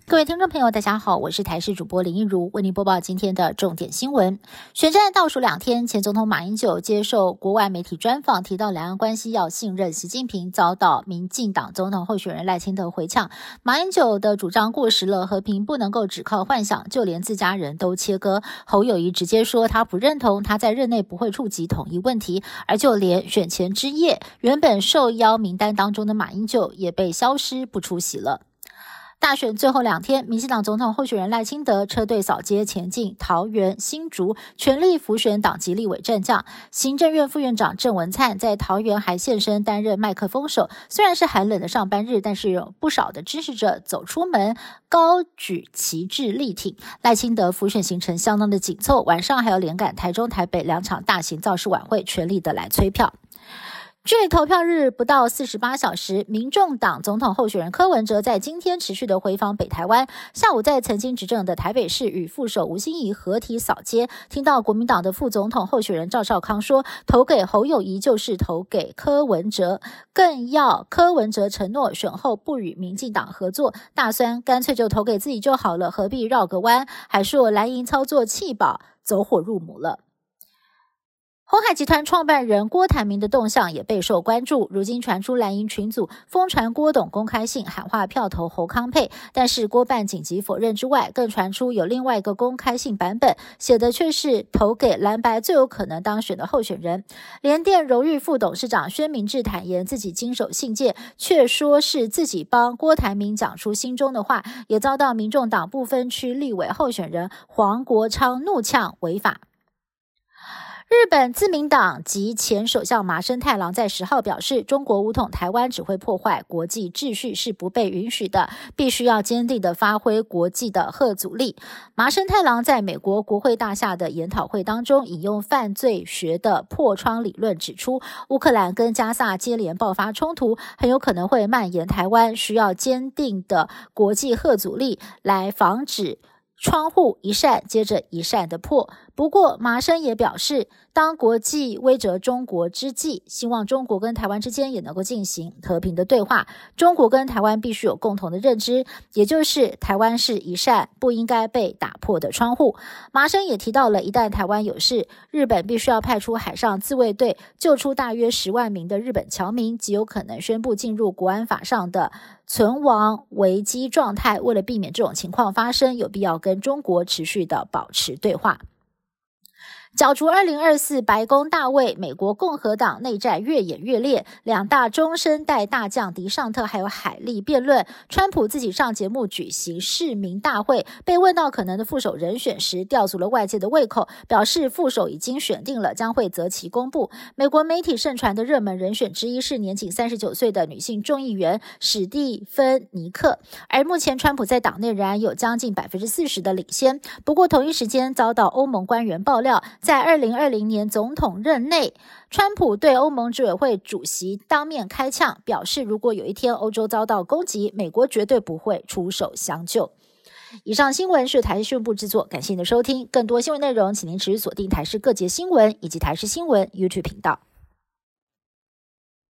各位听众朋友大家好，我是台视主播林一如，为您播报今天的重点新闻。选战倒数2天，前总统马英九接受国外媒体专访，提到两岸关系要信任习近平，遭到民进党总统候选人赖清德回呛，马英九的主张过时了，和平不能够只靠幻想，就连自家人都切割。侯友宜直接说他不认同，他在任内不会触及统一问题，而就连选前之夜，原本受邀名单当中的马英九也被消失不出席了。大选最后2天，民进党总统候选人赖清德车队扫街前进桃园、新竹，全力辅选党籍立委战将。行政院副院长郑文灿在桃园还现身担任麦克风手，虽然是寒冷的上班日，但是有不少的支持者走出门，高举旗帜力挺。赖清德辅选行程相当的紧凑，晚上还要连赶台中、台北2场大型造势晚会，全力的来催票。距离投票日不到48小时，民众党总统候选人柯文哲在今天持续的回访北台湾，下午在曾经执政的台北市与副手吴欣怡合体扫街，听到国民党的副总统候选人赵少康说，投给侯友宜就是投给柯文哲，更要柯文哲承诺选后不与民进党合作，大酸干脆就投给自己就好了，何必绕个弯，还说蓝营操作弃保，走火入魔了。鸿海集团创办人郭台铭的动向也备受关注，如今传出蓝营群组疯传郭董公开信喊话票投侯康配，但是郭办紧急否认之外，更传出有另外一个公开信版本，写的却是投给蓝白最有可能当选的候选人。联电荣誉副董事长宣明智坦言自己经手信件，却说是自己帮郭台铭讲出心中的话，也遭到民众党不分区立委候选人黄国昌怒呛违法。日本自民党及前首相麻生太郎在10号表示，中国武统台湾只会破坏国际秩序，是不被允许的，必须要坚定地发挥国际的吓阻力。麻生太郎在美国国会大厦的研讨会当中，引用犯罪学的破窗理论指出，乌克兰跟加萨接连爆发冲突，很有可能会蔓延台湾，需要坚定的国际吓阻力来防止窗户一扇接着一扇的破。不过麻生也表示，当国际威慑中国之际，希望中国跟台湾之间也能够进行和平的对话。中国跟台湾必须有共同的认知，也就是台湾是一扇不应该被打破的窗户。麻生也提到了，一旦台湾有事，日本必须要派出海上自卫队救出大约10万名的日本侨民，极有可能宣布进入国安法上的存亡危机状态。为了避免这种情况发生，有必要跟中国持续的保持对话。角逐2024白宫大位，美国共和党内战越演越烈，两大中生代大将迪尚特还有海利辩论，川普自己上节目举行市民大会，被问到可能的副手人选时，吊足了外界的胃口，表示副手已经选定了，将会择期公布。美国媒体盛传的热门人选之一是年仅39岁的女性众议员史蒂芬尼克，而目前川普在党内仍然有将近40%的领先。不过同一时间遭到欧盟官员爆料，在2020年总统任内，川普对欧盟执委会主席当面开呛，表示如果有一天欧洲遭到攻击，美国绝对不会出手相救。以上新闻是台视新闻部制作，感谢您的收听。更多新闻内容，请您持续锁定台视各节新闻以及台视新闻 YouTube 频道。